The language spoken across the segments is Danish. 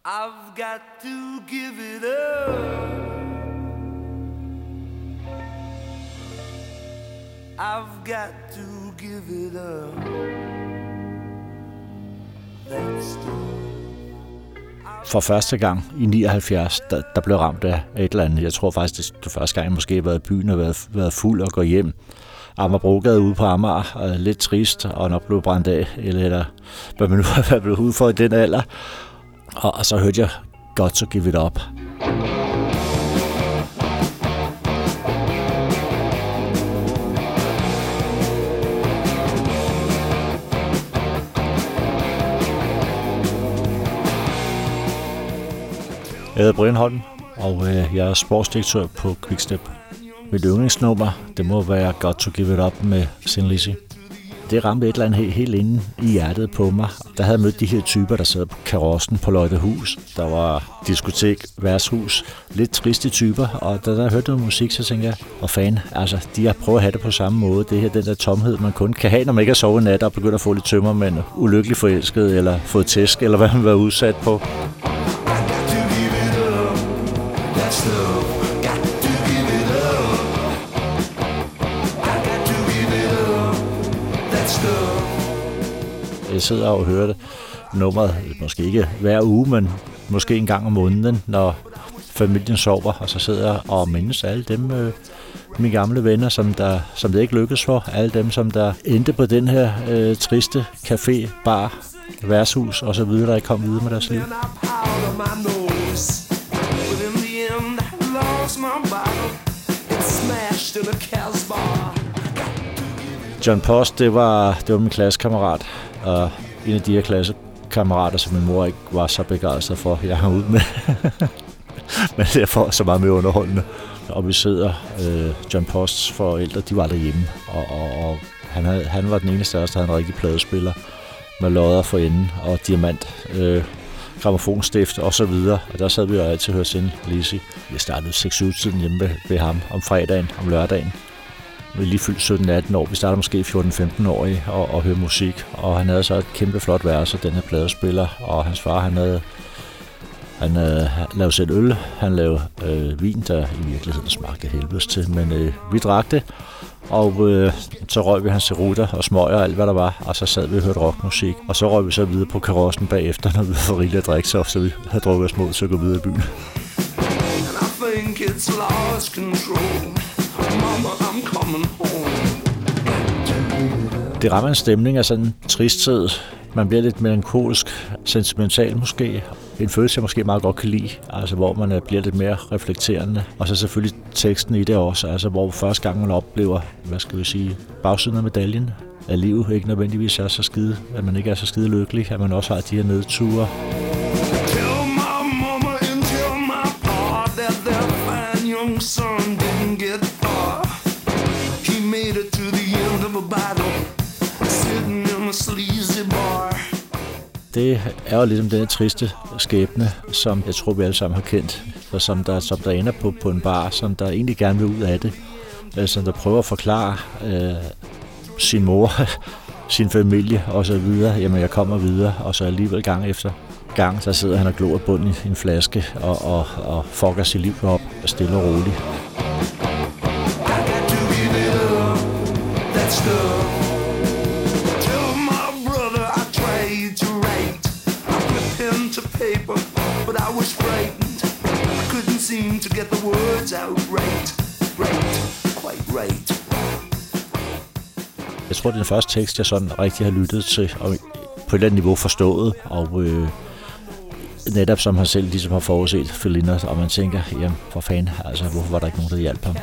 I've got to give it up. I've got to give it up. For første gang i 79, der blev ramt af et eller andet. Jeg tror faktisk, det var første gang, jeg måske har været i byen og været fuld og gå hjem. Amagerbrogade ude på Amager, lidt trist, og nok blev brændt af, eller hvad man nu har blevet ude for i den alder. Og så hørte jeg Got to Give It Up. Jeg hedder Brian Holm, og jeg er sportsdirektør på Quickstep. Mit yndlingsnummer, det må være Got to Give It Up med Thin Lizzy. Det ramte et eller andet helt inde i hjertet på mig. Der havde jeg mødt de her typer, der sad på karossen på Løjtehus. Der var diskotek, værtshus, lidt triste typer, og da jeg hørte noget musik, så tænkte jeg, og fan, altså, de har prøvet at have det på samme måde. Det her, den der tomhed, man kun kan have, når man ikke har sovet nat og begynder at få lidt tømmer, men ulykkelig forelsket, eller fået tæsk, eller hvad man var udsat på. Jeg sidder og hører det nummeret, måske ikke hver uge, men måske en gang om måneden, når familien sover, og så sidder jeg og mindes alle dem, mine gamle venner, som det ikke lykkedes for, alle dem, som der endte på den her triste café, bar, værtshus og så videre, der ikke kom videre med deres liv. John Post, det var min klassekammerat, og en af de her klassekammerater, som min mor ikke var så begejstret for, jeg hang ud med. Men derfor så meget mere underholdende. Og vi sidder, John Posts forældre, de var derhjemme, og han var den eneste af os, der havde en rigtig pladespiller med lodder for enden og diamant, grammofonstift og så videre. Og der sad vi jo altid og hørte Thin Lizzy. Jeg startede 6-7-tiden hjemme ved ham om fredagen, om lørdagen. Vi lige fyldt 17-18 år. Vi startede måske 14-15 år og høre musik. Og han havde så et kæmpe flot værelse, den her pladespiller. Og hans far, han lavede selv øl. Han lavede vin, der i virkeligheden smagte helvedes til. Men vi drak det. Og så røg vi hans cerutter og smøger og alt, hvad der var. Og så sad vi og hørte rockmusik. Og så røg vi så videre på karossen bagefter, når vi var rigeligt at drikke så vi havde drukket os mod til at gå videre i byen. Det rammer en stemning af sådan en tristhed. Man bliver lidt melankolsk, sentimental måske. En følelse, jeg måske meget godt kan lide, altså hvor man bliver lidt mere reflekterende. Og så selvfølgelig teksten i det også, altså hvor første gang man oplever, bagsiden af medaljen. At livet ikke nødvendigvis er så skide, at man ikke er så skide lykkelig, at man også har de her nedture. Det er jo ligesom den triste skæbne, som jeg tror, vi alle sammen har kendt, og som der ender på en bar, som der egentlig gerne vil ud af det, som der prøver at forklare sin mor, sin familie og så videre, jamen jeg kommer videre, og så alligevel gang efter gang, så sidder han og glor bunden i en flaske og fucker sit liv op stille og roligt. Jeg tror, det er den første tekst, jeg sådan rigtig har lyttet til, og på et eller andet niveau forstået, og netop som han selv ligesom har forudset Phil Lynott, og man tænker, jamen for fanden, altså hvorfor var der ikke nogen, der hjalp ham?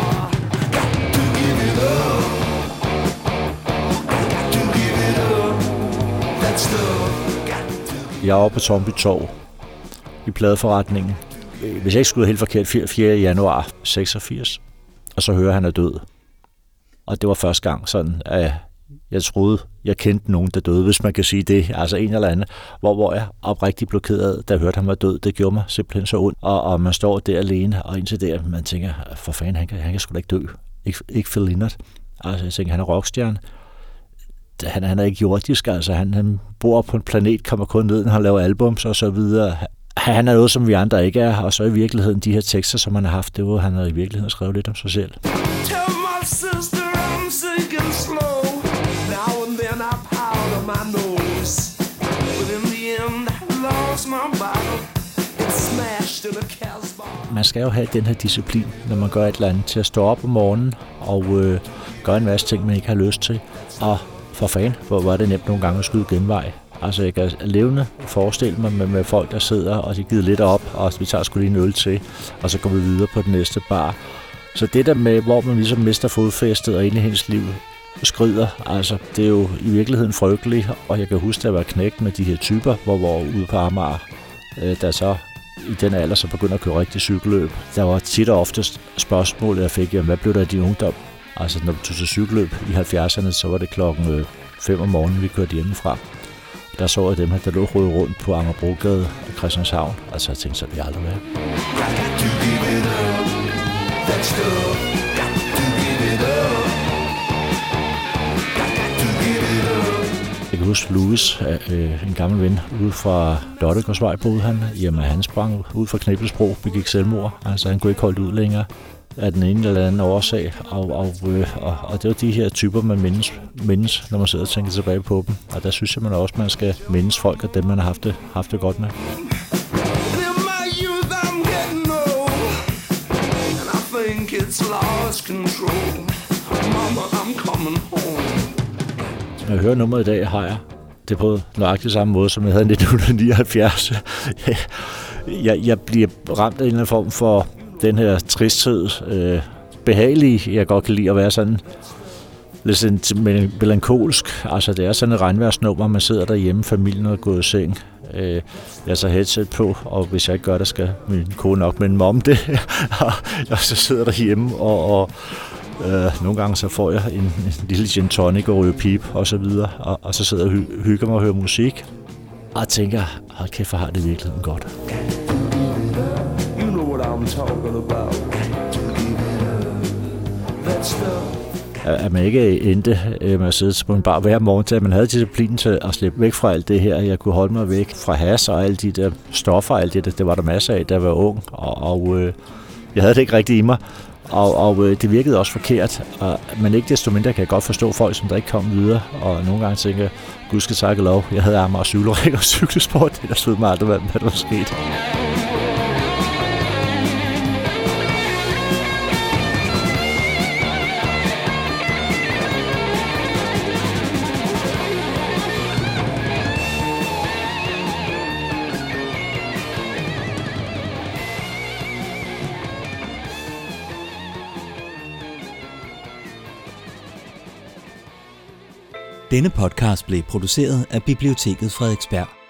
Jeg er oppe på Tornby Torv i pladeforretningen. Hvis jeg ikke skulle helt forkert, 4. januar 86, og så hører han er død. Og det var første gang sådan, at jeg troede, jeg kendte nogen, der døde, hvis man kan sige det. Altså en eller anden, hvor jeg oprigtigt blokeret, da jeg hørte, han var død. Det gjorde mig simpelthen så ondt. Og man står der alene, og indtil der, man tænker, for fanden, han kan sgu da ikke dø. Ikke Phil Lynott. Altså jeg tænker, han er rockstjerne. Han er ikke jordisk, altså han bor på en planet, kommer kun ned, når han laver albums og så videre. han er noget, som vi andre ikke er, og så i virkeligheden de her tekster, som han har haft, det var, han havde i virkeligheden skrevet lidt om sig selv. Tell my sister I'm sinking slow. Now and then I powder my nose. But in the end I lost my bottle. It's smashed in a Casbah. Man skal jo have den her disciplin, når man gør et eller andet, til at stå op om morgenen og gøre en masse ting, man ikke har lyst til. Og for fanden, hvor var det nemt nogle gange at skyde genvej. Altså, jeg kan levende forestille mig med folk, der sidder, og de giver lidt op, og vi tager sgu lige en øl til, og så går vi videre på den næste bar. Så det der med, hvor man ligesom mister fodfæstet, og inde i hendes liv skrider, altså, det er jo i virkeligheden frygteligt, og jeg kan huske, at jeg var knægt med de her typer, hvor ude på Amager, der så i den alder så begynder at køre rigtig cykelløb. Der var tit og oftest spørgsmålet, jeg fik, hvad blev der af din ungdom? Altså, når du tog til cykelløb i 70'erne, så var det 5 om morgenen, vi kørte hjemmefra. Der så jeg dem her, der lå røde rundt på Amagerbrogade og Christianshavn. Altså, jeg tænkte, så det aldrig være. Jeg kan huske Louis, en gammel ven, ude fra Lottegårdsvej boede han. Jamen, han sprang ud fra Knebelsbro, begik selvmord. Altså, han kunne ikke holde ud længere af den ene eller anden årsag. Og det var de her typer, man mindes, når man sidder og tænker tilbage på dem. Og der synes jeg, man også, man skal mindes folk og dem, man har haft det godt med. Når jeg hører nummeret i dag, har jeg det på nøjagtig samme måde, som jeg havde i 1979. Jeg bliver ramt af en eller anden form for den her tristhed, behagelige. Jeg godt kan lide at være sådan lidt melankolsk. Altså, det er sådan et regnværsnummer, man sidder derhjemme, familien er gået i seng. Jeg så headset på, og hvis jeg ikke gør det, skal min kone nok minde mig om det. Og så sidder derhjemme, og nogle gange så får jeg en lille gin tonic og ryger pip og så videre, og så sidder jeg og hygger mig og hører musik, og tænker, hold kæft, hvor har det i virkeligheden godt. At man ikke endte med at sidde på en bar hver morgen, til at man havde disciplinen til at slippe væk fra alt det her. Jeg kunne holde mig væk fra hash og alle de der stoffer, alt det var der masser af, da jeg var ung, og jeg havde det ikke rigtig i mig. Og det virkede også forkert, men ikke desto mindre kan jeg godt forstå folk, som der ikke kom videre, og nogle gange tænker, gud skal takke lov, jeg havde Amager cykelring og cykelsport, det der stod mig aldrig, hvad der var sket. Denne podcast blev produceret af Biblioteket Frederiksberg.